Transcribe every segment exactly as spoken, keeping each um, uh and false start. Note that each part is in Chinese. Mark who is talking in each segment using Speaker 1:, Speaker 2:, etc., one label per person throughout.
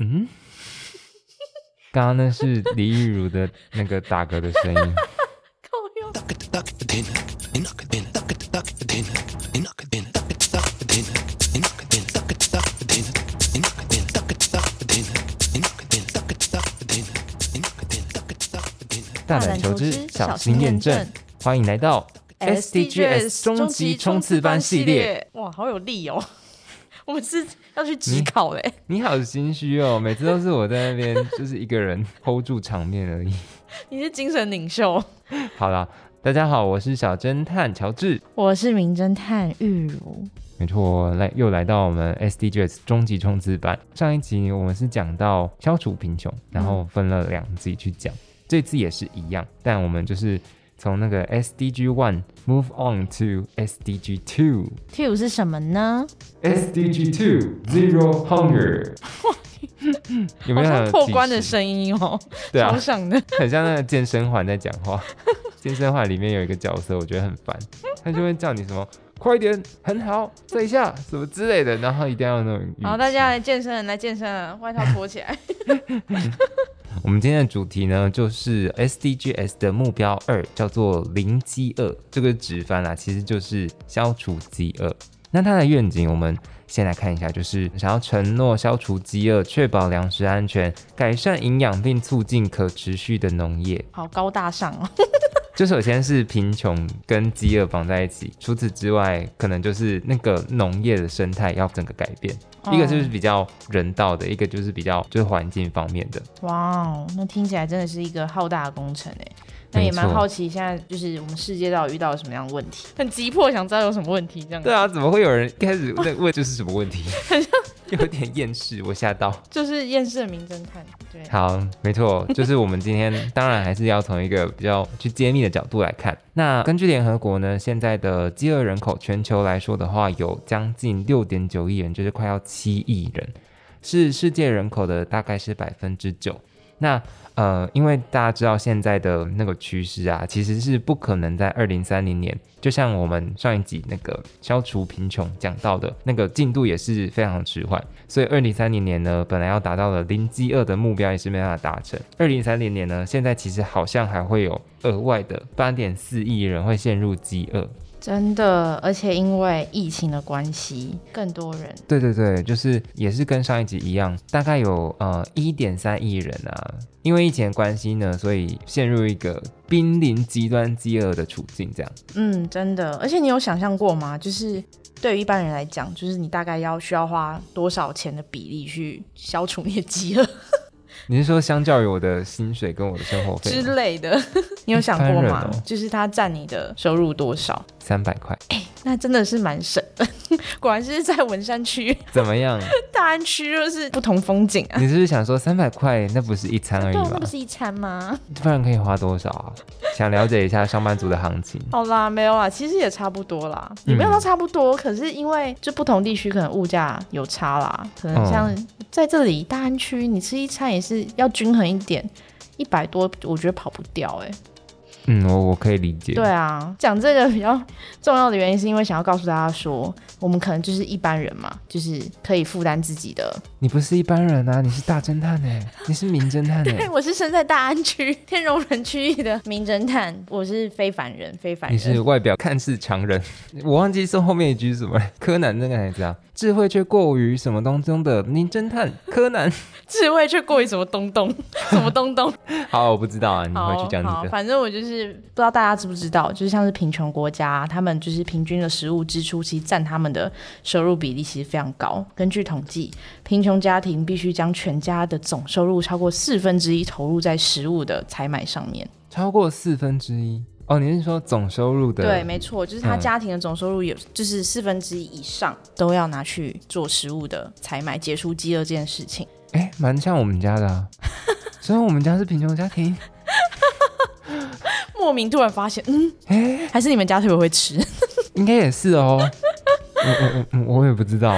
Speaker 1: 嗯，刚刚那是李玉茹的那个打嗝的声音。
Speaker 2: 靠腰。
Speaker 1: 大胆求知，小心验证。欢迎来到 S D G S 终极冲刺班系列。
Speaker 2: 哇，好有力哦！我们是要去指考嘞。
Speaker 1: 你好心虚哦，每次都是我在那边就是一个人 hold 住场面而已。
Speaker 2: 你是精神领袖。
Speaker 1: 好啦，大家好，我是小侦探乔治，
Speaker 2: 我是名侦探玉茹。
Speaker 1: 没错，来又来到我们 S D G S 终极冲刺班。上一集我们是讲到消除贫穷，然后分了两集去讲，嗯、这次也是一样，但我们就是从那个 S D G 一 move on to S D G 二。
Speaker 2: two 是什么呢
Speaker 1: ？S D G 二 Zero Hunger。有没有
Speaker 2: 好像破关的声音哦？
Speaker 1: 对啊，
Speaker 2: 超像的，
Speaker 1: 很像那个健身环在讲话。健身环里面有一个角色，我觉得很烦，他就会叫你什么快点，很好，再一下什么之类的，然后一定要有那种语气。
Speaker 2: 好，大家来健身，来健身了，外套脱起来。
Speaker 1: 我们今天的主题呢，就是 S D G S 的目标二，叫做零饥饿。这个直翻啊，其实就是消除饥饿。那它的愿景，我们先来看一下，就是想要承诺消除饥饿，确保粮食安全，改善营养，并促进可持续的农业。
Speaker 2: 好高大上哦！
Speaker 1: 就首先是贫穷跟饥饿绑在一起，除此之外，可能就是那个农业的生态要整个改变。哦、一个就是比较人道的，一个就是比较就是环境方面的。
Speaker 2: 哇哦，那听起来真的是一个浩大的工程哎。那也蛮好奇，现在就是我们世界到底遇到了什么样的问题？很急迫想知道有什么问题这样。
Speaker 1: 对啊，怎么会有人开始问就是什么问题？很像有点厌世，我吓到。
Speaker 2: 就是厌世的名侦探。对，
Speaker 1: 好，没错，就是我们今天当然还是要从一个比较去揭秘的角度来看。那根据联合国呢，现在的饥饿人口全球来说的话，有将近 六点九亿人，就是快要七亿人，是世界人口的大概是百分之九。那呃，因为大家知道现在的那个趋势啊，其实是不可能在二零三零年，就像我们上一集那个消除贫穷讲到的那个进度也是非常迟缓，所以二零三零年呢，本来要达到了零饥饿的目标也是没办法达成。二零三零年呢，现在其实好像还会有额外的 八点四亿人会陷入饥饿。
Speaker 2: 真的，而且因为疫情的关系，更多人。
Speaker 1: 对对对，就是也是跟上一集一样，大概有呃 一点三亿人啊，因为疫情的关系呢，所以陷入一个濒临极端饥饿的处境，这样。
Speaker 2: 嗯，真的，而且你有想象过吗？就是对于一般人来讲，就是你大概要需要花多少钱的比例去消除你的饥饿？
Speaker 1: 你是说相较于我的薪水跟我的生活费
Speaker 2: 之类的，你有想过吗？哦、就是它占你的收入多少？
Speaker 1: 三百块。
Speaker 2: 哎、欸，那真的是蛮省的。果然是在文山区。
Speaker 1: 怎么样？
Speaker 2: 大安区就是不同风景啊。
Speaker 1: 你是不是想说三百块那不是一餐而已吗？
Speaker 2: 对，那不是一餐吗？
Speaker 1: 不然可以花多少啊？想了解一下上班族的行情。
Speaker 2: 好啦，没有啦，其实也差不多啦，也没有到差不多、嗯，可是因为就不同地区可能物价有差啦，可能像在这里大安区，你吃一餐也是要均衡一点，一百多我觉得跑不掉哎、欸。
Speaker 1: 嗯，我我可以理解。
Speaker 2: 对啊，讲这个比较重要的原因是因为想要告诉大家说，我们可能就是一般人嘛，就是可以负担自己的。
Speaker 1: 你不是一般人啊，你是大侦探哎，你是名侦探哎。
Speaker 2: 对，我是身在大安区天龙人区域的名侦探，我是非凡人，非凡人。
Speaker 1: 你是外表看似常人，我忘记说后面一句是什么了。柯南那个孩子啊，智慧却过于什么当中的名侦探柯南，
Speaker 2: 智慧却过于什么东东，什么东东。
Speaker 1: 好，我不知道啊，你回去讲你的。
Speaker 2: 反正我就是不知道大家知不知道，就是像是贫穷国家，他们就是平均的食物支出，其实占他们的收入比例其实非常高。根据统计，贫穷家庭必须将全家的总收入超过四分之一投入在食物的采买上面。
Speaker 1: 超过四分之一？哦，你是说总收入的？
Speaker 2: 对，没错，就是他家庭的总收入有，就是四分之一以上都要拿去做食物的采买，结束饥饿这件事情。
Speaker 1: 哎，蛮像我们家的啊。所以我们家是贫穷家庭。
Speaker 2: 莫名突然发现，嗯，还是你们家特别会吃。
Speaker 1: 应该也是哦。我我我我也不知道哎。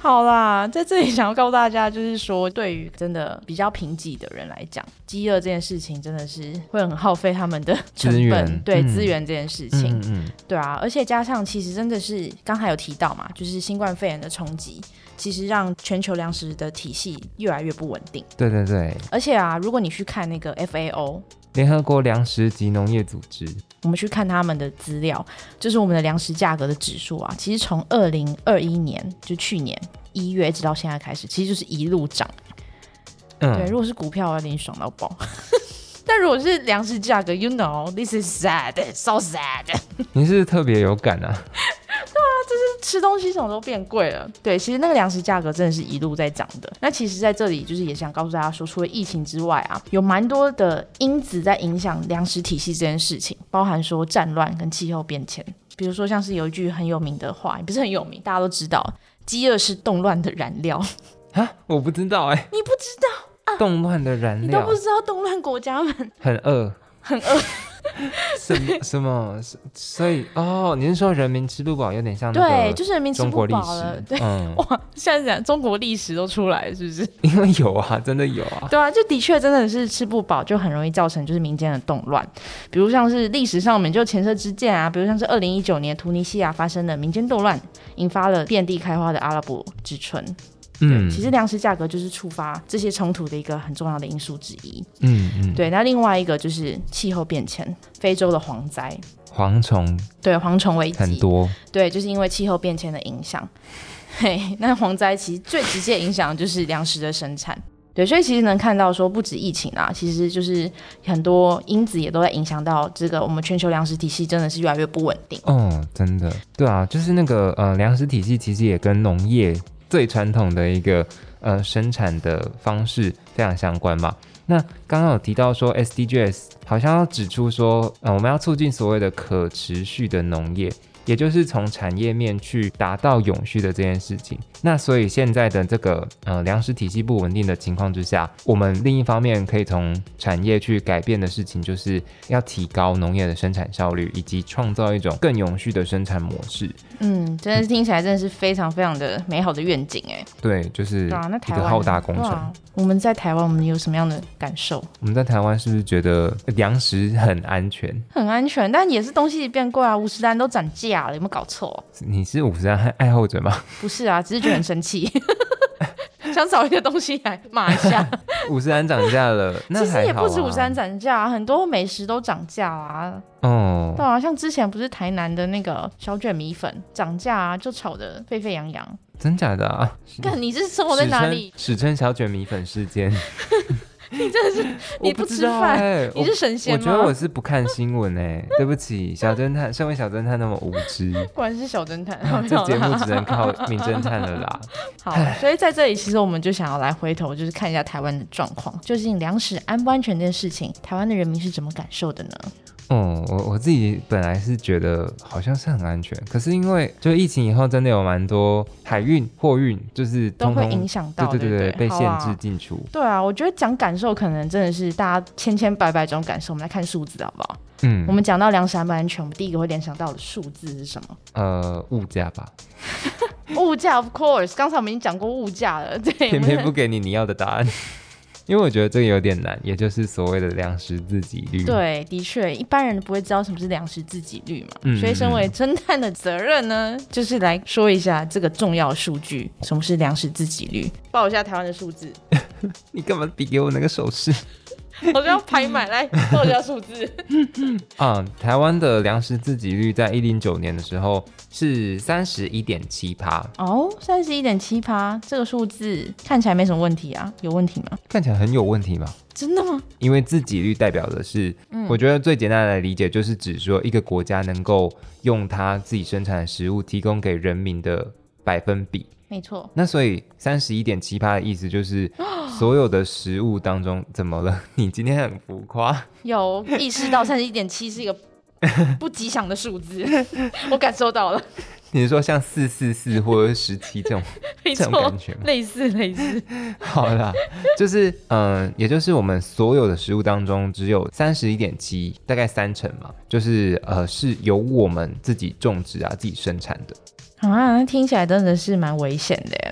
Speaker 2: 好啦，在这里想要告诉大家，就是说对于真的比较贫瘠的人来讲，饥饿这件事情真的是会很耗费他们的成
Speaker 1: 资
Speaker 2: 本，
Speaker 1: 源
Speaker 2: 对、
Speaker 1: 嗯、
Speaker 2: 资源这件事情、
Speaker 1: 嗯嗯
Speaker 2: 对啊，而且加上其实真的是刚才有提到嘛，就是新冠肺炎的冲击其实让全球粮食的体系越来越不稳定。
Speaker 1: 对对对，
Speaker 2: 而且啊，如果你去看那个 F A O
Speaker 1: 联合国粮食及农业组织，
Speaker 2: 我们去看他们的资料，就是我们的粮食价格的指数啊，其实从二零二一年就去年一月直到现在开始，其实就是一路涨。嗯，对，如果是股票，我有点爽到爆。但如果是粮食价格 ，you know, this is sad, so sad 。
Speaker 1: 你是不是特别有感啊？
Speaker 2: 对啊，就是吃东西什么都变贵了。对，其实那个粮食价格真的是一路在涨的。那其实在这里就是也想告诉大家说，除了疫情之外啊，有蛮多的因子在影响粮食体系这件事情，包含说战乱跟气候变迁。比如说像是有一句很有名的话，也不是很有名，大家都知道，饥饿是动乱的燃料。
Speaker 1: 啊，我不知道哎、欸，
Speaker 2: 你不知道？啊、
Speaker 1: 动乱的燃料，
Speaker 2: 你都不知道动乱国家们
Speaker 1: 很饿，
Speaker 2: 很饿。
Speaker 1: 什么什么？所以哦，你是说人民吃不饱，有点像那个
Speaker 2: 对，就是人民吃不饱了。对，
Speaker 1: 嗯，
Speaker 2: 哇，现在讲中国历史都出来了，是不是？
Speaker 1: 因为有啊，真的有啊。
Speaker 2: 对啊，就的确真的是吃不饱，就很容易造成就是民间的动乱。比如像是历史上面就前车之鉴啊，比如像是二零一九年突尼西亚发生的民间动乱，引发了遍地开花的阿拉伯之春。嗯，其实粮食价格就是触发这些冲突的一个很重要的因素之一。嗯嗯，对。那另外一个就是气候变迁，非洲的蝗灾、
Speaker 1: 蝗虫，
Speaker 2: 对，蝗虫危机
Speaker 1: 很多，
Speaker 2: 对，就是因为气候变迁的影响。嘿，那蝗灾其实最直接影响就是粮食的生产。对，所以其实能看到说，不止疫情啊，其实就是很多因子也都在影响到这个我们全球粮食体系真的是越来越不稳定。
Speaker 1: 哦，真的，对啊，就是那个呃粮食体系其实也跟农业最传统的一个呃生产的方式非常相关嘛。那刚刚有提到说 S D Gs 好像要指出说，呃，我们要促进所谓的可持续的农业，也就是从产业面去达到永续的这件事情。那所以现在的这个呃粮食体系不稳定的情况之下，我们另一方面可以从产业去改变的事情，就是要提高农业的生产效率，以及创造一种更永续的生产模式。嗯，
Speaker 2: 真的是听起来真的是非常非常的美好的愿景哎。
Speaker 1: 对，就是一个浩大工程。
Speaker 2: 啊、我们在台湾，我们有什么样的感受？
Speaker 1: 我们在台湾是不是觉得粮食很安全？
Speaker 2: 很安全，但也是东西变贵啊，五十单都涨价了，有没有搞错？
Speaker 1: 你是五十单爱好者吗？
Speaker 2: 不是啊，只是觉得很生气。想找一个东西来骂一下。
Speaker 1: 五十单涨价了，那还好啊。
Speaker 2: 其实也不止五十单涨价，很多美食都涨价啊。哦，对啊，像之前不是台南的那个小卷米粉涨价啊，就炒得沸沸扬扬。
Speaker 1: 真假的啊？
Speaker 2: 看你是生活在哪里？
Speaker 1: 史称小卷米粉事件。
Speaker 2: 你真的是你不吃饭、欸、你是神仙吗？
Speaker 1: 我觉得我是不看新闻哎、欸，对不起，小侦探，身为小侦探那么无知，
Speaker 2: 果然是小侦探，
Speaker 1: 这节目只能靠名侦探了啦。
Speaker 2: 好，所以在这里其实我们就想要来回头，就是看一下台湾的状况，究竟粮食安不安全这件事情，台湾的人民是怎么感受的呢？
Speaker 1: 嗯，我我自己本来是觉得好像是很安全，可是因为就疫情以后，真的有蛮多海运、货运，就是通通
Speaker 2: 都会影响到，
Speaker 1: 对对对对，
Speaker 2: 对
Speaker 1: 被限制进出、啊。
Speaker 2: 对啊，我觉得讲感受，可能真的是大家千千百百种感受。我们来看数字好不好？嗯，我们讲到粮食安不安全，我们第一个会联想到的数字是什么？
Speaker 1: 呃，物价吧。
Speaker 2: 物价 ，of course， 刚才我们已经讲过物价了，对，
Speaker 1: 偏偏不给你你要的答案。因为我觉得这个有点难，也就是所谓的粮食自给率。
Speaker 2: 对，的确，一般人不会知道什么是粮食自给率嘛。嗯，所以身为侦探的责任呢，就是来说一下这个重要数据，什么是粮食自给率？报一下台湾的数字。
Speaker 1: 你干嘛比给我那个手势？
Speaker 2: 我就要拍买来报一下数字。
Speaker 1: 嗯，台湾的粮食自给率在一零九年的时候是三十一点七趴。
Speaker 2: 哦，三十一点七趴，这个数字看起来没什么问题啊，有问题吗？
Speaker 1: 看起来很有问题吗？
Speaker 2: 真的吗？
Speaker 1: 因为自给率代表的是、嗯、我觉得最简单的理解就是指说一个国家能够用它自己生产的食物提供给人民的百分比。
Speaker 2: 没错。
Speaker 1: 那所以 三十一点七趴 的意思就是所有的食物当中，怎么了？你今天很浮夸。
Speaker 2: 有意识到 三十一点七 是一个不吉祥的数字。我感受到了。
Speaker 1: 你是说像四四四或者十七这种这种感觉吗？
Speaker 2: 类似类似。
Speaker 1: 好啦，就是嗯、呃，也就是我们所有的食物当中，只有 三十一点七，大概三成嘛，就是呃是由我们自己种植啊、自己生产的。
Speaker 2: 啊，那听起来真的是蛮危险的耶。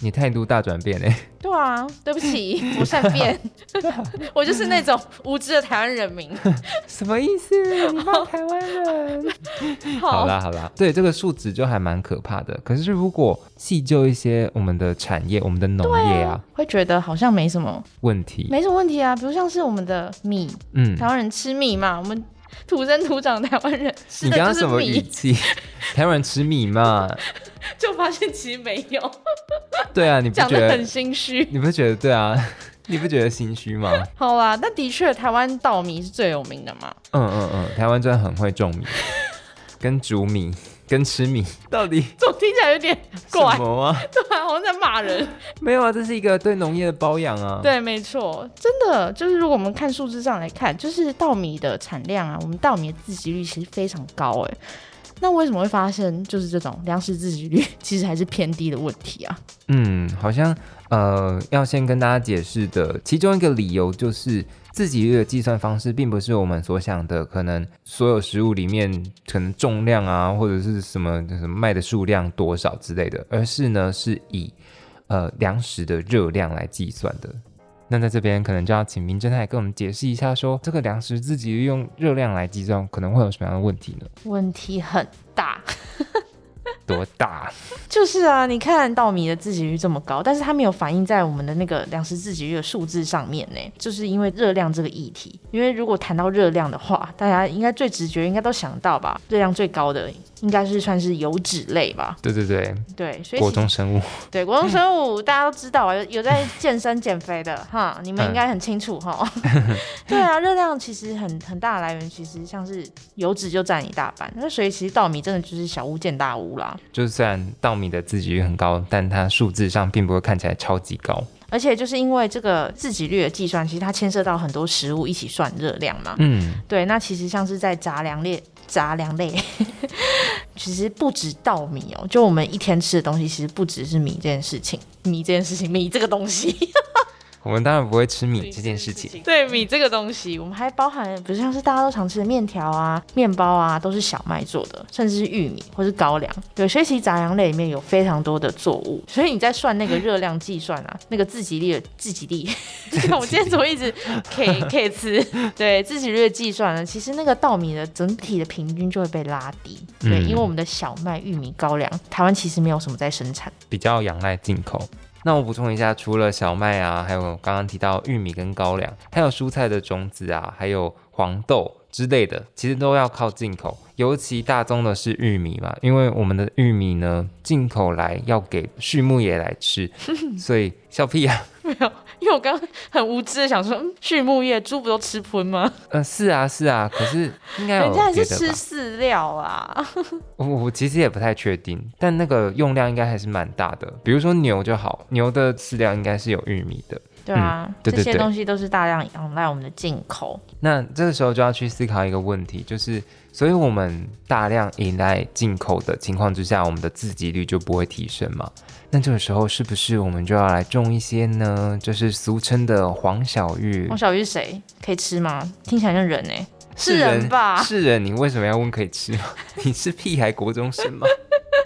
Speaker 1: 你态度大转变哎。
Speaker 2: 对啊，对不起，我善变，我就是那种无知的台湾人民。
Speaker 1: 什么意思？你骂台湾人？好啦好啦，对，这个数值就还蛮可怕的。可是如果细究一些我们的产业，我们的农业啊，
Speaker 2: 会觉得好像没什么
Speaker 1: 问题，
Speaker 2: 没什么问题啊。比如像是我们的米，嗯，台湾人吃米嘛，我们土生土长的台湾人吃的就是米。你刚刚什么语气？
Speaker 1: 台湾人吃米嘛？
Speaker 2: 就发现其实没有。
Speaker 1: 对啊，你不觉得
Speaker 2: 讲得很心虚？
Speaker 1: 你不觉得对啊？你不觉得心虚吗？
Speaker 2: 好啦，但的确台湾稻米是最有名的嘛。
Speaker 1: 嗯嗯嗯，台湾真的很会种米，跟煮米，跟吃米，到底
Speaker 2: 怎么听起来有点怪？
Speaker 1: 什么啊？
Speaker 2: 对啊，好像在骂人。
Speaker 1: 没有啊，这是一个对农业的包养啊。
Speaker 2: 对，没错，真的就是如果我们看数字上来看，就是稻米的产量啊，我们稻米的自给率其实非常高哎。那为什么会发生就是这种粮食自给率其实还是偏低的问题啊？
Speaker 1: 嗯，好像呃要先跟大家解释的其中一个理由就是自给率的计算方式并不是我们所想的可能所有食物里面可能重量啊或者是什么什么卖的数量多少之类的，而是呢是以呃粮食的热量来计算的。那在这边可能就要请明侦探来跟我们解释一下说这个粮食自给率用热量来计算可能会有什么样的问题呢？
Speaker 2: 问题很大。
Speaker 1: 多大？
Speaker 2: 就是啊，你看稻米的自给率这么高，但是它没有反映在我们的那个粮食自给率的数字上面呢，就是因为热量这个议题。因为如果谈到热量的话，大家应该最直觉应该都想到吧，热量最高的应该是算是油脂类吧。
Speaker 1: 对对对
Speaker 2: 对，所以
Speaker 1: 国中生物，
Speaker 2: 对国中生物大家都知道啊，有有在健身减肥的哈，你们应该很清楚哈。对啊，热量其实很很大的来源，其实像是油脂就占一大半，那所以其实稻米真的就是小巫见大巫啦。
Speaker 1: 就虽然稻米的自给率很高，但它数字上并不会看起来超级高。
Speaker 2: 而且就是因为这个自给率的计算，其实它牵涉到很多食物一起算热量嘛。嗯，对。那其实像是在杂粮类，杂粮类，其实不止稻米哦，就我们一天吃的东西，其实不只是米这件事情，米这件事情，米这个东西。
Speaker 1: 我们当然不会吃米这件事情。
Speaker 2: 对，米这个东西，我们还包含，比如像是大家都常吃的面条啊、面包啊，都是小麦做的，甚至是玉米或是高粱。对，所以其实杂粮类里面有非常多的作物，所以你在算那个热量计算啊，那个自给率的自给率，我今天怎么一直 K K 词？对，自给率的计算呢，其实那个稻米的整体的平均就会被拉低。对，因为我们的小麦、玉米、高粱，台湾其实没有什么在生产，
Speaker 1: 比较仰赖进口。那我补充一下，除了小麦啊，还有刚刚提到玉米跟高粱，还有蔬菜的种子啊，还有黄豆之类的，其实都要靠进口。尤其大宗的是玉米嘛，因为我们的玉米呢进口来要给畜牧业来吃，所以笑屁啊！
Speaker 2: 没有，因为我刚刚很无知的想说，嗯，畜牧业猪不都吃荤吗？
Speaker 1: 嗯、呃，是啊是啊，可是应该有别的吧？
Speaker 2: 人家还是吃饲料啊。
Speaker 1: 我我其实也不太确定，但那个用量应该还是蛮大的。比如说牛就好，牛的饲料应该是有玉米的。
Speaker 2: 对啊、嗯、对对对，这些东西都是大量仰赖我们的进口。
Speaker 1: 那这个时候就要去思考一个问题，就是所以我们大量依赖进口的情况之下，我们的自给率就不会提升嘛？那这个时候是不是我们就要来种一些呢？就是俗称的黄小玉。
Speaker 2: 黄小玉是谁？可以吃吗？听起来像人哎、欸，是人吧？
Speaker 1: 是人，你为什么要问可以吃吗？你是屁孩国中生吗？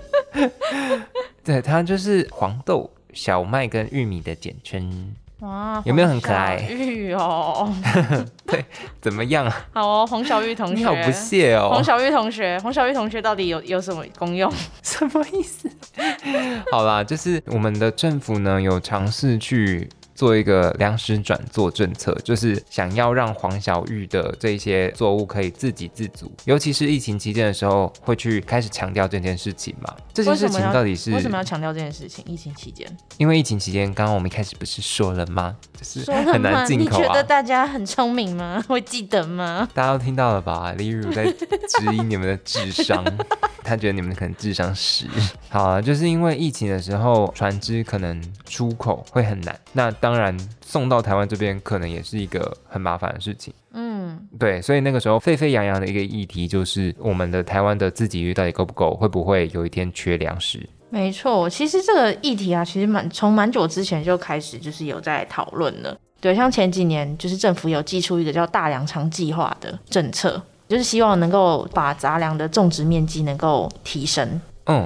Speaker 1: 对，它就是黄豆、小麦跟玉米的简称。
Speaker 2: 哇，
Speaker 1: 有没有很可爱？
Speaker 2: 黄小玉哦，
Speaker 1: 对，怎么样啊？
Speaker 2: 好哦，黄小玉同学，
Speaker 1: 你好不屑哦。
Speaker 2: 黄小玉同学，黄小玉同学到底有有什么功用？
Speaker 1: 什么意思？好啦，就是我们的政府呢有尝试去做一个粮食转作政策，就是想要让黄小玉的这些作物可以自给自足，尤其是疫情期间的时候，会去开始强调这件事情嘛。这件事情到底是
Speaker 2: 为什么要强调这件事情？疫情期间，
Speaker 1: 因为疫情期间，刚刚我们一开始不是说了吗？就是很难进口啊。
Speaker 2: 你觉得大家很聪明吗？会记得吗？
Speaker 1: 大家都听到了吧？例如在质疑你们的智商，他觉得你们可能智商十。好啊，就是因为疫情的时候，船只可能出口会很难，那当然送到台湾这边可能也是一个很麻烦的事情。嗯，对，所以那个时候沸沸扬扬的一个议题就是我们的台湾的自给率到底够不够，会不会有一天缺粮食？
Speaker 2: 没错，其实这个议题啊，其实蛮从蛮久之前就开始就是有在讨论了。对，像前几年就是政府有祭出一个叫大粮仓计划的政策，就是希望能够把杂粮的种植面积能够提升。嗯。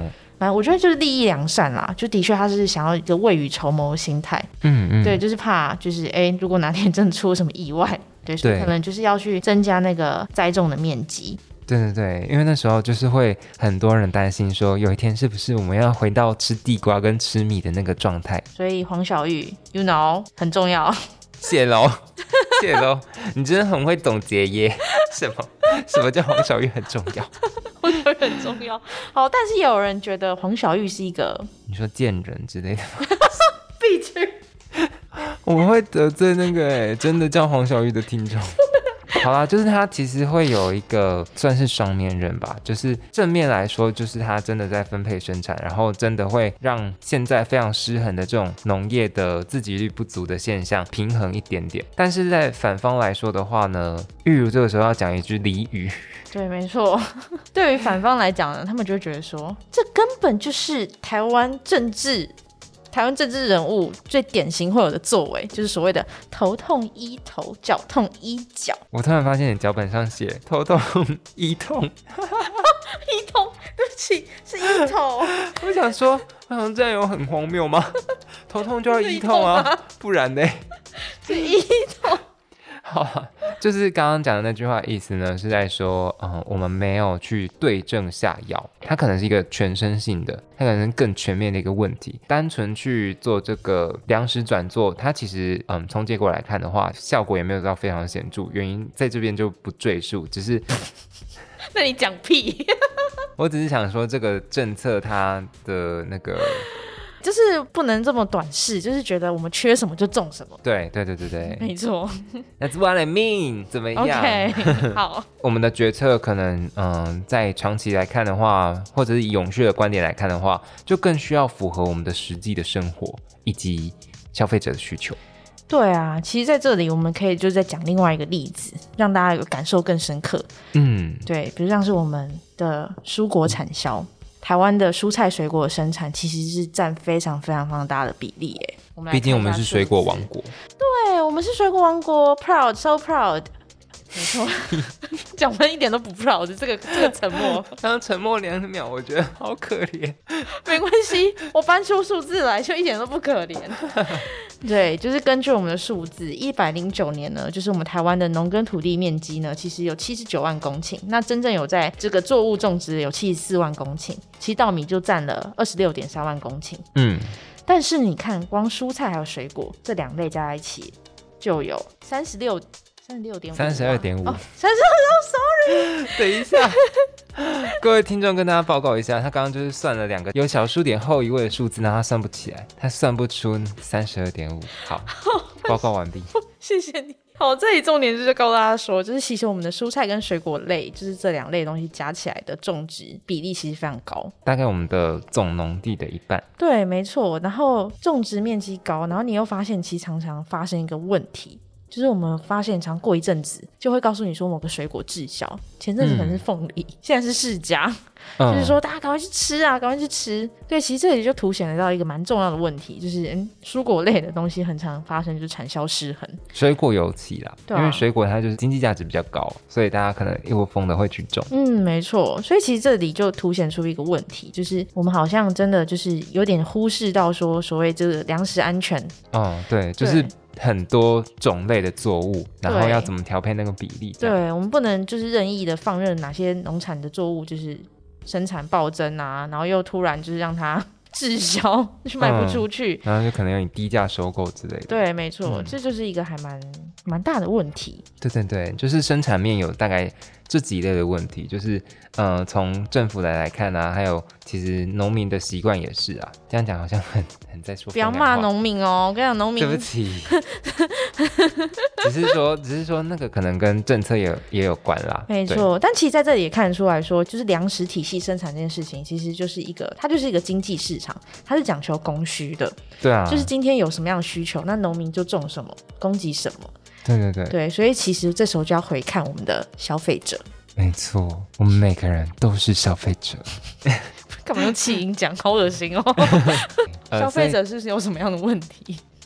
Speaker 2: 反正我觉得就是利益良善啦，就的确他是想要一个未雨绸缪的心态。
Speaker 1: 嗯嗯，
Speaker 2: 对，就是怕就是哎，如果哪天真的出了什么意外，对，所以可能就是要去增加那个栽种的面积。
Speaker 1: 对对对，因为那时候就是会很多人担心说，有一天是不是我们要回到吃地瓜跟吃米的那个状态？
Speaker 2: 所以黄小玉 ，you know， 很重要。
Speaker 1: 谢喽，谢喽，你真的很会总结耶。什么？什么叫黄小玉很重要？
Speaker 2: 黄小玉很重要。好，但是也有人觉得黄小玉是一个，
Speaker 1: 你说贱人之类的吗？
Speaker 2: 必须。
Speaker 1: 我们会得罪那个哎，真的叫黄小玉的听众。好啦，就是他其实会有一个算是双面人吧，就是正面来说，就是他真的在分配生产，然后真的会让现在非常失衡的这种农业的自给率不足的现象平衡一点点。但是在反方来说的话呢，玉如这个时候要讲一句俚语。
Speaker 2: 对，没错。对于反方来讲呢，他们就会觉得说，这根本就是台湾政治。台湾政治人物最典型会有的作为，就是所谓的头痛医头，脚痛医脚。
Speaker 1: 我突然发现你脚本上写头痛医痛，
Speaker 2: 医痛，对不起，是医头。
Speaker 1: 我想说，我想这样有很荒谬吗？头痛就要医痛啊，不然呢？
Speaker 2: 是医痛。
Speaker 1: 好，就是刚刚讲的那句话的意思呢，是在说，嗯，我们没有去对症下药，它可能是一个全身性的，它可能是更全面的一个问题。单纯去做这个粮食转做，它其实，嗯，从结果来看的话，效果也没有到非常显著，原因在这边就不赘述，只是。
Speaker 2: 那你讲屁！
Speaker 1: 我只是想说，这个政策它的那个。
Speaker 2: 就是不能这么短视，就是觉得我们缺什么就种什么。
Speaker 1: 对对对对对，
Speaker 2: 没错。
Speaker 1: That's what I mean。怎么样
Speaker 2: ？OK， 好。
Speaker 1: 我们的决策可能，嗯，在长期来看的话，或者是以永续的观点来看的话，就更需要符合我们的实际的生活以及消费者的需求。
Speaker 2: 对啊，其实在这里我们可以就再讲另外一个例子，让大家有感受更深刻。嗯，对，比如像是我们的蔬果产销。台湾的蔬菜水果的生产其实是占非常非常非常大的比例耶，
Speaker 1: 毕竟我们是水果王国。
Speaker 2: 对，我们是水果王国 ，proud so proud。没错，讲完一点都不 proud，这个这个沉默，
Speaker 1: 刚刚沉默两秒，我觉得好可怜。
Speaker 2: 没关系，我搬出数字来，就一点都不可怜。对，就是根据我们的数字，一百零九年呢，就是我们台湾的农耕土地面积呢，其实有七十九万公顷，那真正有在这个作物种植有七十四万公顷，其实稻米就占了二十六点三万公顷。嗯，但是你看，光蔬菜还有水果这两类加在一起，就有三十六。三十六点五，
Speaker 1: 三十二点五，
Speaker 2: 三十二 ，sorry，
Speaker 1: 等一下，各位听众跟大家报告一下，他刚刚就是算了两个有小数点后一位的数字，然后他算不起来，他算不出三十二点五。好，报告完毕，
Speaker 2: 谢谢你。好，这里重点就是告诉大家说，就是其实我们的蔬菜跟水果类，就是这两类东西加起来的种植比例其实非常高，
Speaker 1: 大概我们的总农地的一半。
Speaker 2: 对，没错。然后种植面积高，然后你又发现其实常常发生一个问题。就是我们发现常过一阵子就会告诉你说某个水果滞销，前阵子可能是凤梨、嗯、现在是释迦、嗯、就是说大家赶快去吃啊赶快去吃。对，其实这里就凸显了到一个蛮重要的问题，就是嗯，蔬果类的东西很常发生就是产销失衡，
Speaker 1: 水果尤其啦、啊、因为水果它就是经济价值比较高，所以大家可能一窝蜂的会去种。
Speaker 2: 嗯，没错。所以其实这里就凸显出一个问题，就是我们好像真的就是有点忽视到说所谓这个粮食安全。
Speaker 1: 哦，对，就是很多种类的作物，然后要怎么调配那个比例。
Speaker 2: 对，我们不能就是任意的放任哪些农产的作物就是生产暴增啊，然后又突然就是让它滞销，就卖不出去、
Speaker 1: 嗯、然后就可能要你低价收购之类的。
Speaker 2: 对，没错、嗯、这就是一个还蛮蛮大的问题。
Speaker 1: 对对对，就是生产面有大概这几类的问题，就是呃，从政府来来看啊，还有其实农民的习惯也是啊。这样讲好像很很在说，
Speaker 2: 不要骂农民哦，我跟你讲，农民
Speaker 1: 对不起，只是说只是说那个可能跟政策也也有关啦。
Speaker 2: 没错，但其实在这里也看得出来说，就是粮食体系生产这件事情，其实就是一个它就是一个经济市场，它是讲求供需的。
Speaker 1: 对啊，
Speaker 2: 就是今天有什么样的需求，那农民就种什么，供给什么。
Speaker 1: 对对对
Speaker 2: 对，所以其实这时候就要回看我们的消费者。
Speaker 1: 没错，我们每个人都是消费者。
Speaker 2: 干嘛用气音讲，好恶心哦！消费者是有什么样的问题？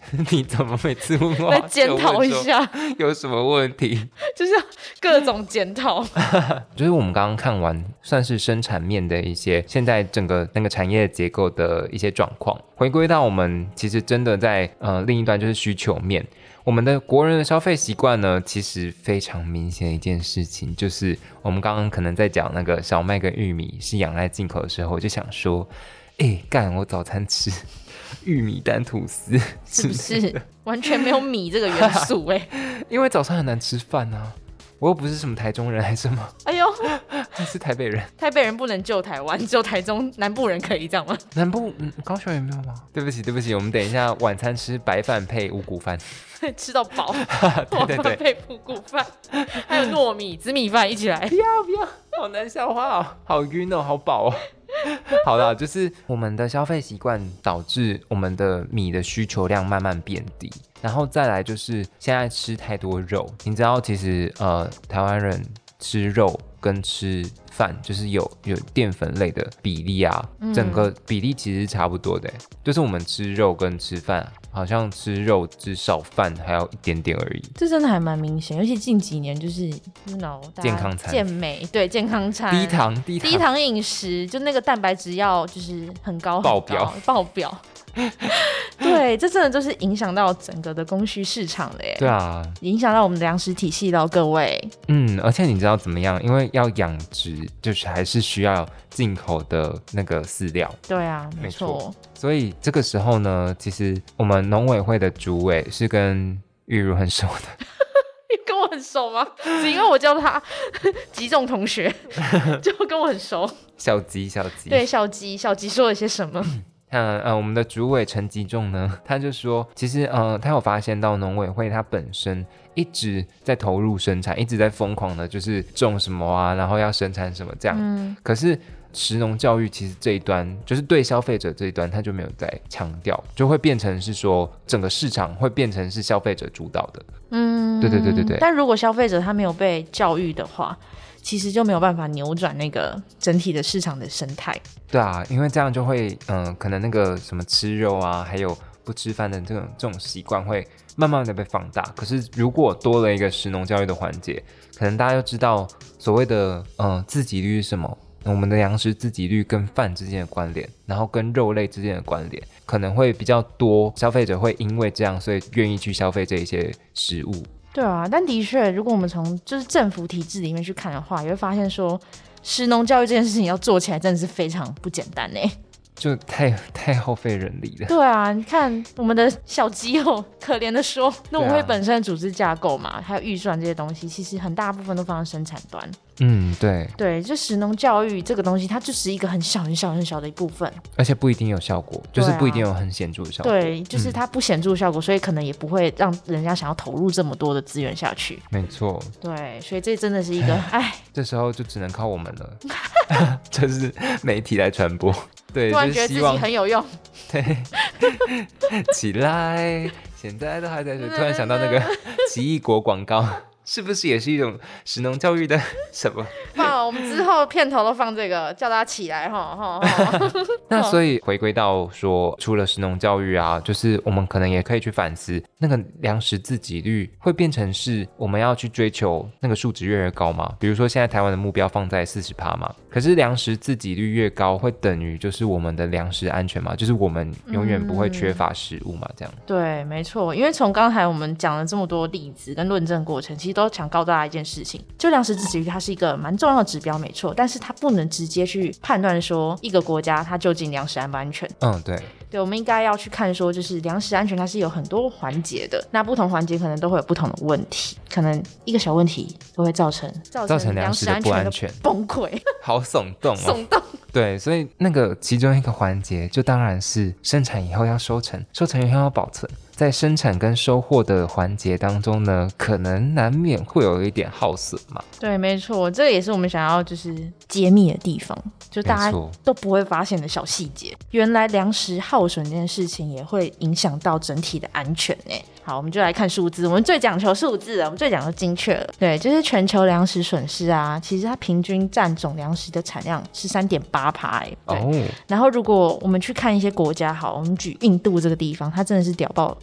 Speaker 1: 你怎么每次问我
Speaker 2: 来检讨一下
Speaker 1: 有什么问题？
Speaker 2: 就是要各种检讨。
Speaker 1: 就是我们刚刚看完算是生产面的一些现在整个那个产业结构的一些状况，回归到我们其实真的在呃另一端就是需求面，我们的国人的消费习惯呢，其实非常明显的一件事情，就是我们刚刚可能在讲那个小麦跟玉米是仰赖进口的时候，我就想说，哎，干我早餐吃玉米蛋吐司，
Speaker 2: 是不是完全没有米这个元素哎、
Speaker 1: 欸？因为早餐很难吃饭啊，我又不是什么台中人还是什么，
Speaker 2: 哎呦，
Speaker 1: 还是台北人。
Speaker 2: 台北人不能救台湾，只有台中南部人可以这样吗？
Speaker 1: 南部、嗯、高雄也没有吗？对不起对不起，我们等一下晚餐吃白饭配五谷饭。
Speaker 2: 吃到饱，
Speaker 1: 对对对，
Speaker 2: 配五谷饭，还有糯米、紫米饭一起来。
Speaker 1: 不要不要，好难消化哦，好晕哦，好饱哦。好啦，就是我们的消费习惯导致我们的米的需求量慢慢变低，然后再来就是现在吃太多肉，你知道其实呃台湾人吃肉跟吃饭就是有有淀粉类的比例啊，嗯、整个比例其实是差不多的，就是我们吃肉跟吃饭好像吃肉只少饭还要一点点而已，
Speaker 2: 这真的还蛮明显，尤其近几年就是 you know
Speaker 1: 健康餐、
Speaker 2: 健美，对健康餐、
Speaker 1: 低糖、低
Speaker 2: 糖、低糖饮食，就那个蛋白质要就是很高很高
Speaker 1: 爆表
Speaker 2: 爆表。对，这真的就是影响到整个的供需市场了耶。
Speaker 1: 对啊，
Speaker 2: 影响到我们的粮食体系了，各位。
Speaker 1: 嗯，而且你知道怎么样？因为要养殖，就是还是需要进口的那个饲料。
Speaker 2: 对啊，没错。
Speaker 1: 所以这个时候呢，其实我们农委会的主委是跟玉如很熟的。
Speaker 2: 跟我很熟吗？只因为我叫他吉仲同学，就跟我很熟。
Speaker 1: 小吉，小吉。
Speaker 2: 对，小吉，小吉说了些什么？
Speaker 1: 呃呃，我们的主委陈吉仲呢，他就说，其实呃，他有发现到农委会他本身一直在投入生产，一直在疯狂的，就是种什么啊，然后要生产什么这样。嗯、可是食农教育其实这一端，就是对消费者这一端，他就没有在强调，就会变成是说，整个市场会变成是消费者主导的。嗯，对对对对对。
Speaker 2: 但如果消费者他没有被教育的话，其实就没有办法扭转那个整体的市场的生态。
Speaker 1: 对啊，因为这样就会，嗯、呃，可能那个什么吃肉啊，还有不吃饭的这种这种习惯会慢慢的被放大。可是如果多了一个食农教育的环节，可能大家就知道所谓的嗯、呃、自给率是什么，我们的粮食自给率跟饭之间的关联，然后跟肉类之间的关联，可能会比较多。消费者会因为这样，所以愿意去消费这一些食物。
Speaker 2: 对啊，但的确，如果我们从就是政府体制里面去看的话，也会发现说，食农教育这件事情要做起来真的是非常不简单呢，
Speaker 1: 就太太耗费人力了。
Speaker 2: 对啊，你看我们的小基友可怜的说，农委会本身的组织架构嘛，还有预算这些东西，其实很大部分都放在生产端。
Speaker 1: 嗯，对
Speaker 2: 对，就食农教育这个东西，它就是一个很小很小很小的一部分，
Speaker 1: 而且不一定有效果，就是不一定有很显著的效果。
Speaker 2: 对，就是它不显著的效果、嗯，所以可能也不会让人家想要投入这么多的资源下去。
Speaker 1: 没错。对，
Speaker 2: 所以这真的是一个，哎，
Speaker 1: 这时候就只能靠我们了，就是媒体来传播。对，
Speaker 2: 突然觉得自己很有用。
Speaker 1: 对，起来！现在都还在说，突然想到那个奇异果广告。是不是也是一种食农教育的什么？
Speaker 2: 哇，我们之后片头都放这个，叫大家起来哈哈。
Speaker 1: 那所以回归到说，除了食农教育啊，就是我们可能也可以去反思，那个粮食自给率会变成是我们要去追求那个数值越来越高吗？比如说现在台湾的目标放在 百分之四十 嘛，可是粮食自给率越高，会等于就是我们的粮食安全嘛？就是我们永远不会缺乏食物嘛？这样、嗯、
Speaker 2: 对，没错。因为从刚才我们讲了这么多例子跟论证过程，其实都想告诉大家一件事情，就粮食自给率它是一个蛮重要的指标，没错，但是它不能直接去判断说一个国家它究竟粮食安不安全。
Speaker 1: 嗯，对。
Speaker 2: 对，我们应该要去看说，就是粮食安全它是有很多环节的，那不同环节可能都会有不同的问题，可能一个小问题都会造成
Speaker 1: 造成粮食的不安全
Speaker 2: 崩溃，
Speaker 1: 好耸动哦，
Speaker 2: 耸动。
Speaker 1: 对，所以那个其中一个环节就当然是生产以后要收成，收成以后要保存。在生产跟收获的环节当中呢，可能难免会有一点耗损嘛。
Speaker 2: 对，没错，这个也是我们想要就是揭秘的地方，就大家都不会发现的小细节。原来粮食耗损这件事情也会影响到整体的安全耶。好，我们就来看数字，我们最讲求数字了，我们最讲究精确了。对，就是全球粮食损失啊，其实它平均占总粮食的产量是 三点八趴。对、哦，然后如果我们去看一些国家，好，我们举印度这个地方，它真的是屌爆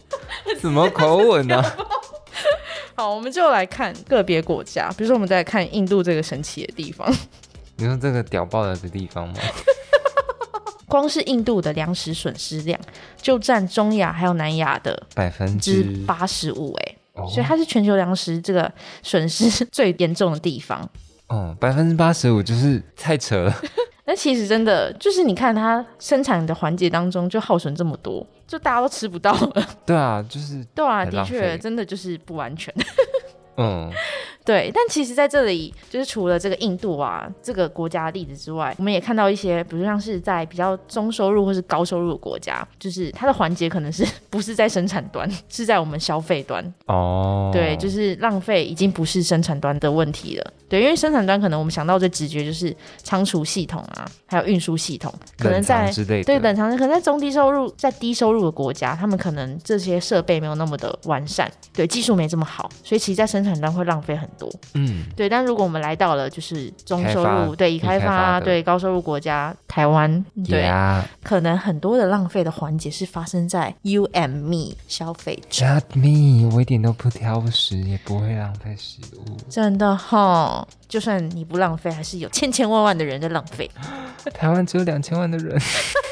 Speaker 1: 什么口吻啊？
Speaker 2: 好，我们就来看个别国家，比如说我们再来看印度这个神奇的地方。
Speaker 1: 你说这个屌爆了的地方吗？
Speaker 2: 光是印度的粮食损失量就占中亚还有南亚的
Speaker 1: 百分之
Speaker 2: 八十五，哎，
Speaker 1: 哦
Speaker 2: 所以它是全球粮食这个损失最严重的地方。
Speaker 1: 哦，百分之八十五就是太扯了。
Speaker 2: 那其实真的就是你看它生产的环节当中就耗损这么多，就大家都吃不到了。
Speaker 1: 对啊，就是
Speaker 2: 对啊，
Speaker 1: 很浪费
Speaker 2: 的确真的就是不安全。
Speaker 1: 嗯，
Speaker 2: 对，但其实在这里就是除了这个印度啊这个国家的例子之外，我们也看到一些比如像是在比较中收入或是高收入的国家，就是它的环节可能是不是在生产端，是在我们消费端。
Speaker 1: 哦，
Speaker 2: 对，就是浪费已经不是生产端的问题了。对，因为生产端可能我们想到最直觉就是仓储系统啊，还有运输系统，可能在
Speaker 1: 冷藏之类的，
Speaker 2: 对冷藏，可能在中低收入、在低收入的国家，他们可能这些设备没有那么的完善，对，技术没这么好，所以其实在生产端会浪费很多。
Speaker 1: 嗯，
Speaker 2: 对，但如果我们来到了就是中收
Speaker 1: 开发
Speaker 2: 入，对，已开
Speaker 1: 已开发
Speaker 2: 发，
Speaker 1: 的
Speaker 2: 对高收入国家，台湾，对
Speaker 1: Yeah
Speaker 2: 可能很多的浪费的环节是发生在 you and me 消费者。
Speaker 1: Not me， 我一点都不挑食，也不会浪费食物。
Speaker 2: 真的齁，就算你不浪费，还是有千千万万的人在浪费。
Speaker 1: 台湾只有两千万的人。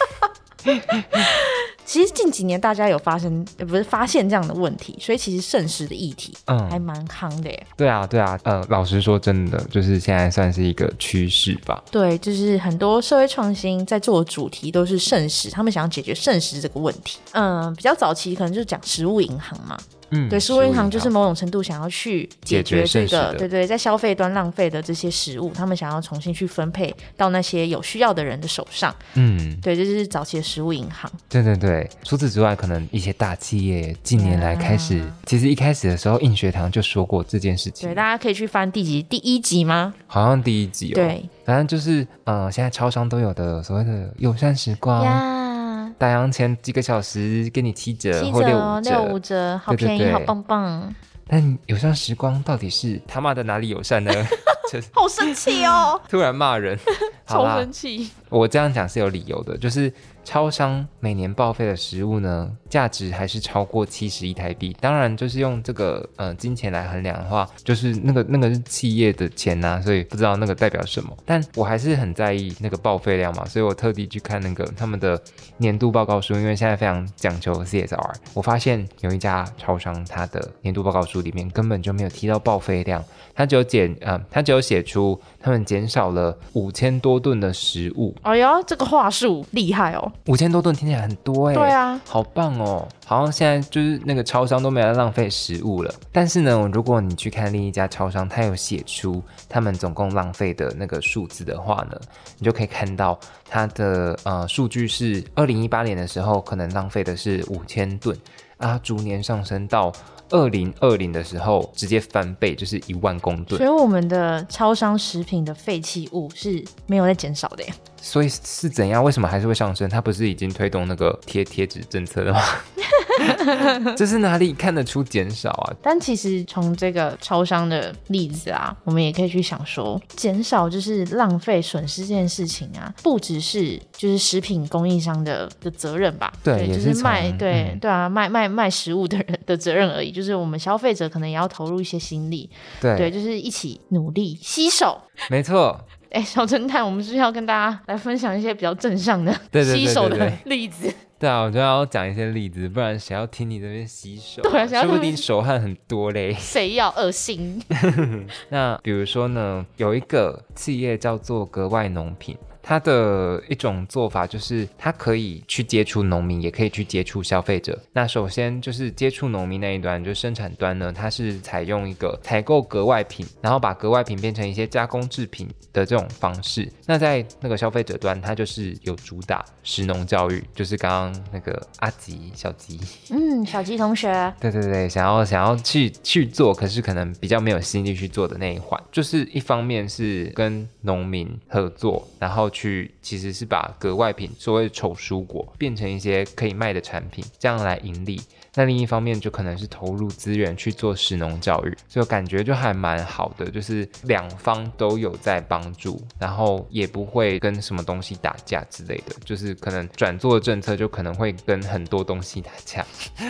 Speaker 2: 其实近几年大家有发生，呃不是发现这样的问题，所以其实剩食的议题还
Speaker 1: 嗯，
Speaker 2: 蛮夯的耶。
Speaker 1: 对啊，对啊，呃，老实说，真的就是现在算是一个趋势吧。
Speaker 2: 对，就是很多社会创新在做的主题都是剩食，他们想要解决剩食这个问题。嗯，比较早期可能就是讲食物银行嘛。
Speaker 1: 嗯，
Speaker 2: 对，食物银行就是某种程度想要去解决这个，
Speaker 1: 解决剩食的
Speaker 2: 对对，在消费端浪费的这些食物，他们想要重新去分配到那些有需要的人的手上。
Speaker 1: 嗯，
Speaker 2: 对，这就是早期的食物银行。
Speaker 1: 对对对。除此之外，可能一些大企业近年来开始，
Speaker 2: 啊
Speaker 1: 其实一开始的时候，硬学堂就说过这件事情。
Speaker 2: 对，大家可以去翻第几第一集吗？
Speaker 1: 好像第一集哦。
Speaker 2: 对，
Speaker 1: 反正就是，呃，现在超商都有的所谓的友善时光。
Speaker 2: 呀。
Speaker 1: 打烊前几个小时给你七折
Speaker 2: 七
Speaker 1: 或六
Speaker 2: 折、
Speaker 1: 五折，
Speaker 2: 六五折，好便宜，
Speaker 1: 对对对
Speaker 2: 好棒棒，
Speaker 1: 但友善时光到底是他妈的哪里友善呢？就是
Speaker 2: 好生气哦，
Speaker 1: 突然骂人，好
Speaker 2: 超
Speaker 1: 啦，
Speaker 2: 生气。
Speaker 1: 我这样讲是有理由的，就是超商每年报废的食物呢，价值还是超过七十亿台币。当然，就是用这个呃金钱来衡量的话，就是那个那个是企业的钱呐、啊，所以不知道那个代表什么。但我还是很在意那个报废量嘛，所以我特地去看那个他们的年度报告书，因为现在非常讲求 C S R。我发现有一家超商，它的年度报告书里面根本就没有提到报废量，它只有减呃，它只有写出他们减少了五千多吨的食物。
Speaker 2: 哎呦，这个话术厉害哦！
Speaker 1: 五千多吨听起来很多哎、欸，
Speaker 2: 对啊，
Speaker 1: 好棒哦！好像现在就是那个超商都没有在浪费食物了。但是呢，如果你去看另一家超商，它有写出他们总共浪费的那个数字的话呢，你就可以看到它的呃数据是二零一八年的时候可能浪费的是五千吨啊，逐年上升到二零二零的时候直接翻倍，就是一万公吨。
Speaker 2: 所以我们的超商食品的废弃物是没有在减少的耶。
Speaker 1: 所以是怎样？为什么还是会上升？它不是已经推动那个贴贴纸政策了吗？这是哪里看得出减少啊？
Speaker 2: 但其实从这个超商的例子啊，我们也可以去想说，减少就是浪费损失这件事情啊，不只是就是食品供应商的的责任吧？
Speaker 1: 对，也
Speaker 2: 就是是卖
Speaker 1: 从
Speaker 2: 对、
Speaker 1: 嗯
Speaker 2: 对啊，卖卖卖食物的人的责任而已。就是我们消费者可能也要投入一些心力，
Speaker 1: 对
Speaker 2: 对，就是一起努力携手。
Speaker 1: 没错。
Speaker 2: 哎，小侦探，我们是不是要跟大家来分享一些比较正向的
Speaker 1: 对对对对
Speaker 2: 洗手的
Speaker 1: 对对
Speaker 2: 例子？
Speaker 1: 对啊，我就要讲一些例子，不然谁要听你这边洗手、
Speaker 2: 对啊谁要
Speaker 1: 说不定手汗很多嘞。
Speaker 2: 谁要恶心？
Speaker 1: 那比如说呢，有一个企业叫做格外农品。它的一种做法就是它可以去接触农民，也可以去接触消费者。那首先就是接触农民那一端，就是生产端呢，它是采用一个采购格外品，然后把格外品变成一些加工制品的这种方式。那在那个消费者端，它就是有主打食农教育，就是刚刚那个阿吉小吉，
Speaker 2: 嗯，小吉同学，
Speaker 1: 对对对，想要想要去去做，可是可能比较没有心力去做的那一环，就是一方面是跟农民合作，然后去其实是把格外品所谓的丑蔬果变成一些可以卖的产品，这样来盈利。那另一方面就可能是投入资源去做食农教育，所以我感觉就还蛮好的，就是两方都有在帮助，然后也不会跟什么东西打架之类的，就是可能转做的政策就可能会跟很多东西打架。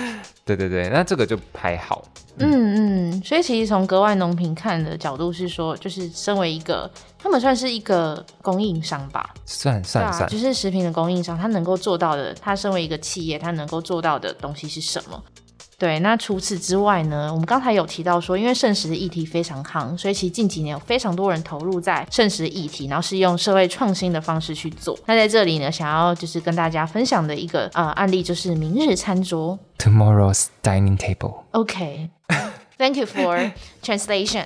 Speaker 1: 对对对，那这个就还好。
Speaker 2: 嗯嗯，所以其实从格外农品看的角度是说，就是身为一个，他们算是一个供应商吧，
Speaker 1: 算算算、
Speaker 2: 啊，就是食品的供应商，他能够做到的，他身为一个企业，他能够做到的东西是什么？对，那除此之外呢，我们刚才有提到说，因为剩食的议题非常夯，所以其实近几年有非常多人投入在剩食的议题，然后是用社会创新的方式去做。那在这里呢，想要就是跟大家分享的一个呃案例，就是明日餐桌
Speaker 1: Tomorrow's Dining Table。
Speaker 2: OK Thank you for translation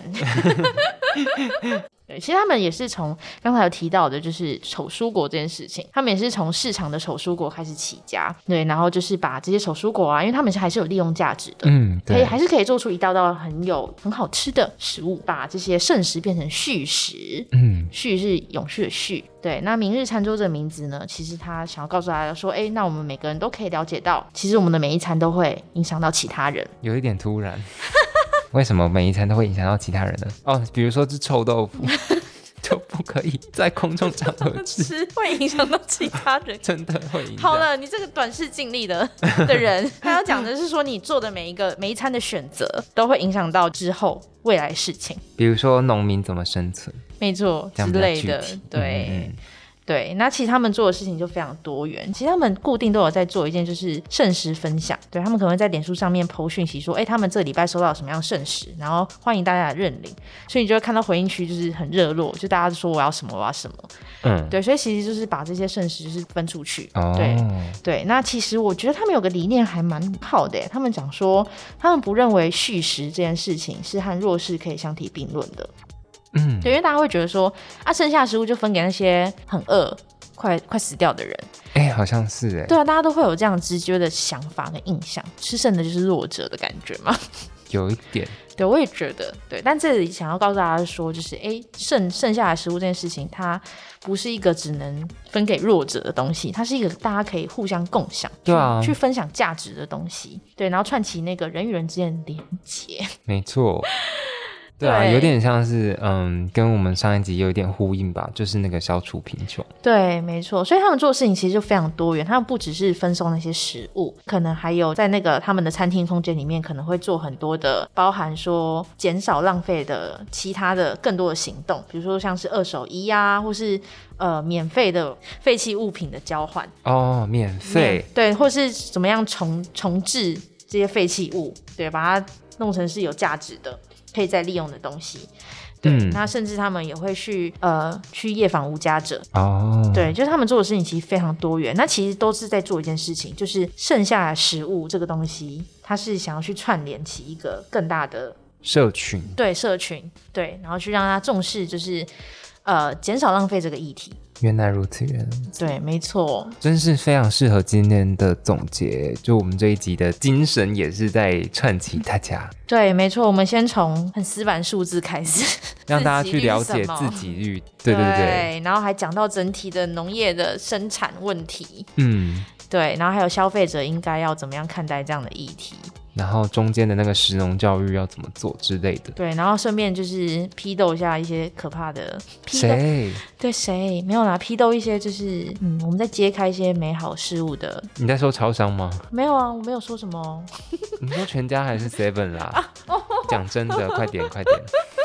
Speaker 2: 对，其实他们也是从刚才有提到的就是丑蔬果这件事情，他们也是从市场的丑蔬果开始起家，对，然后就是把这些丑蔬果啊，因为他们还是有利用价值的，
Speaker 1: 嗯，对，
Speaker 2: 可以还是可以做出一道道很有很好吃的食物，把这些剩食变成续食，
Speaker 1: 嗯，
Speaker 2: 续是永续的续。对，那明日餐桌这个名字呢，其实他想要告诉大家说，哎，那我们每个人都可以了解到，其实我们的每一餐都会影响到其他人。
Speaker 1: 有一点突然为什么每一餐都会影响到其他人呢？哦，比如说是臭豆腐就不可以在空中场合吃，
Speaker 2: 会影响到其他人
Speaker 1: 真的会影响。
Speaker 2: 好了，你这个短视近利的的人，他要讲的是说，你做的每一个每一餐的选择，都会影响到之后未来事情。
Speaker 1: 比如说农民怎么生存，
Speaker 2: 没错，之类的，对。嗯嗯对，那其实他们做的事情就非常多元。其实他们固定都有在做一件，就是剩食分享。对，他们可能会在脸书上面 po 讯息说，哎，他们这个礼拜收到什么样的剩食，然后欢迎大家来认领。所以你就会看到回应区就是很热络，就大家说我要什么我要什么。嗯，对，所以其实就是把这些剩食就是分出去。哦，对对。那其实我觉得他们有个理念还蛮好的耶，他们讲说，他们不认为续食这件事情是和弱势可以相提并论的。嗯，对，因为大家会觉得说，啊，剩下的食物就分给那些很饿、快快死掉的人。
Speaker 1: 哎、欸，好像是哎。
Speaker 2: 对啊，大家都会有这样直觉的想法跟印象，吃剩的就是弱者的感觉嘛。
Speaker 1: 有一点。
Speaker 2: 对，我也觉得对，但这里想要告诉大家说，就是哎，剩剩下的食物这件事情，它不是一个只能分给弱者的东西，它是一个大家可以互相共享，
Speaker 1: 对啊，
Speaker 2: 去分享价值的东西。对，然后串起那个人与人之间的连结。没
Speaker 1: 错。对啊，对，有点像是嗯，跟我们上一集有一点呼应吧，就是那个消除贫穷。
Speaker 2: 对，没错，所以他们做的事情其实就非常多元，他们不只是分送那些食物，可能还有在那个他们的餐厅空间里面可能会做很多的包含说减少浪费的其他的更多的行动，比如说像是二手衣啊，或是呃免费的废弃物品的交换。哦，免费。对，或是怎么样重重置这些废弃物，对，把它弄成是有价值的可以再利用的东西。对、嗯、那甚至他们也会去呃去夜访无家者。哦，对，就是他们做的事情其实非常多元，那其实都是在做一件事情，就是剩下的食物这个东西它是想要去串联起一个更大的
Speaker 1: 社群。
Speaker 2: 对，社群。对，然后去让他重视就是呃减少浪费这个议题。
Speaker 1: 原来如此，原来如此。
Speaker 2: 对，没错，
Speaker 1: 真是非常适合今天的总结。就我们这一集的精神也是在串起大家。
Speaker 2: 对，没错，我们先从很死板数字开始，
Speaker 1: 让大家去了解自给率。对对 对,
Speaker 2: 对，然后还讲到整体的农业的生产问题。嗯，对，然后还有消费者应该要怎么样看待这样的议题。
Speaker 1: 然后中间的那个食农教育要怎么做之类的。
Speaker 2: 对，然后顺便就是批斗一下一些可怕的批斗。
Speaker 1: 谁？
Speaker 2: 对，谁？没有啦，批斗一些就是嗯，我们在揭开一些美好事物的。
Speaker 1: 你在说超商吗？
Speaker 2: 没有啊，我没有说什么。
Speaker 1: 你说全家还是 seven 啦？讲、啊、真的，快点快点。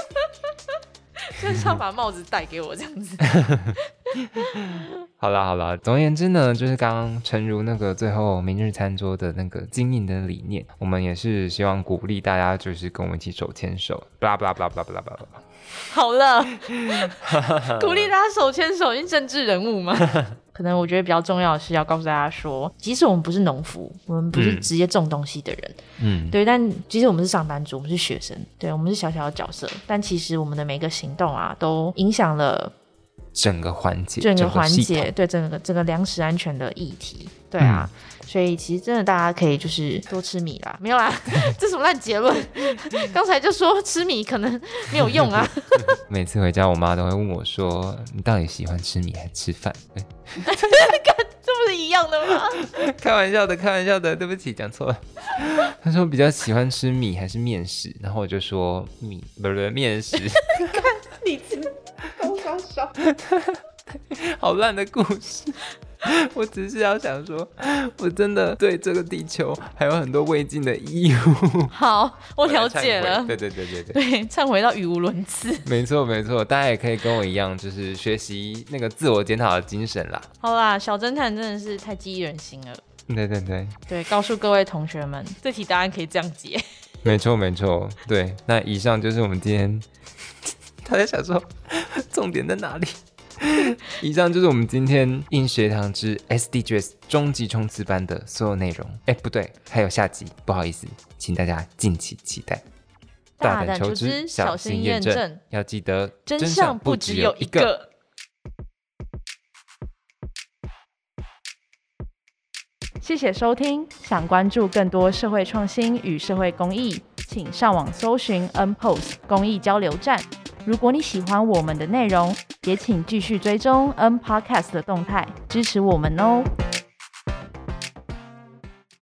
Speaker 2: 就是要把帽子戴给我这样子。
Speaker 1: 好啦好啦，总而言之呢，就是刚刚诚如那个最后明日餐桌的那个经营的理念，我们也是希望鼓励大家就是跟我们一起手牵手 blah blah blah blah blah blah blah。
Speaker 2: 好了。鼓励大家手牵手，是政治人物吗？可能我觉得比较重要的是要告诉大家说，即使我们不是农夫，我们不是直接种东西的人，嗯，对，但即使我们是上班族，我们是学生，对，我们是小小的角色，但其实我们的每个行动啊，都影响了
Speaker 1: 整个环节，
Speaker 2: 整个环节，对，整个整个粮食安全的议题，对啊、嗯，所以其实真的大家可以就是多吃米啦，没有啦，这什么烂结论？刚才就说吃米可能没有用啊。
Speaker 1: 每次回家，我妈都会问我说：“你到底喜欢吃米还是吃饭？”
Speaker 2: 这不是一样的吗？
Speaker 1: 开玩笑的，开玩笑的，对不起，讲错了。她说比较喜欢吃米还是面食，然后我就说米不是面食。
Speaker 2: 看你真的好搞笑，
Speaker 1: 好烂的故事。 我只是要想说，我真的对这个地球还有很多未尽的义务。
Speaker 2: 好，我了解了。
Speaker 1: 对对对对对，
Speaker 2: 对，忏悔到语无伦次。
Speaker 1: 没错没错，大家也可以跟我一样，就是学习那个自我检讨的精神啦。
Speaker 2: 好啦，小侦探真的是太激励人心了。
Speaker 1: 对对对
Speaker 2: 对，告诉各位同学们，这题答案可以这样解。
Speaker 1: 没错没错，对，那以上就是我们今天他在想说重点在哪里。以上就是我们今天硬学堂之 S D Gs 终极冲刺班的所有内容。哎，不对，还有下集，不好意思，请大家敬请期待。
Speaker 2: 大胆求知，小心验证，
Speaker 1: 要记得
Speaker 2: 真相不只有一个。谢谢收听，想关注更多社会创新与社会公益，请上网搜寻 N P O S 公益交流站。如果你喜欢我们的内容，也请继续追踪 N Podcast 的动态，支持我们哦。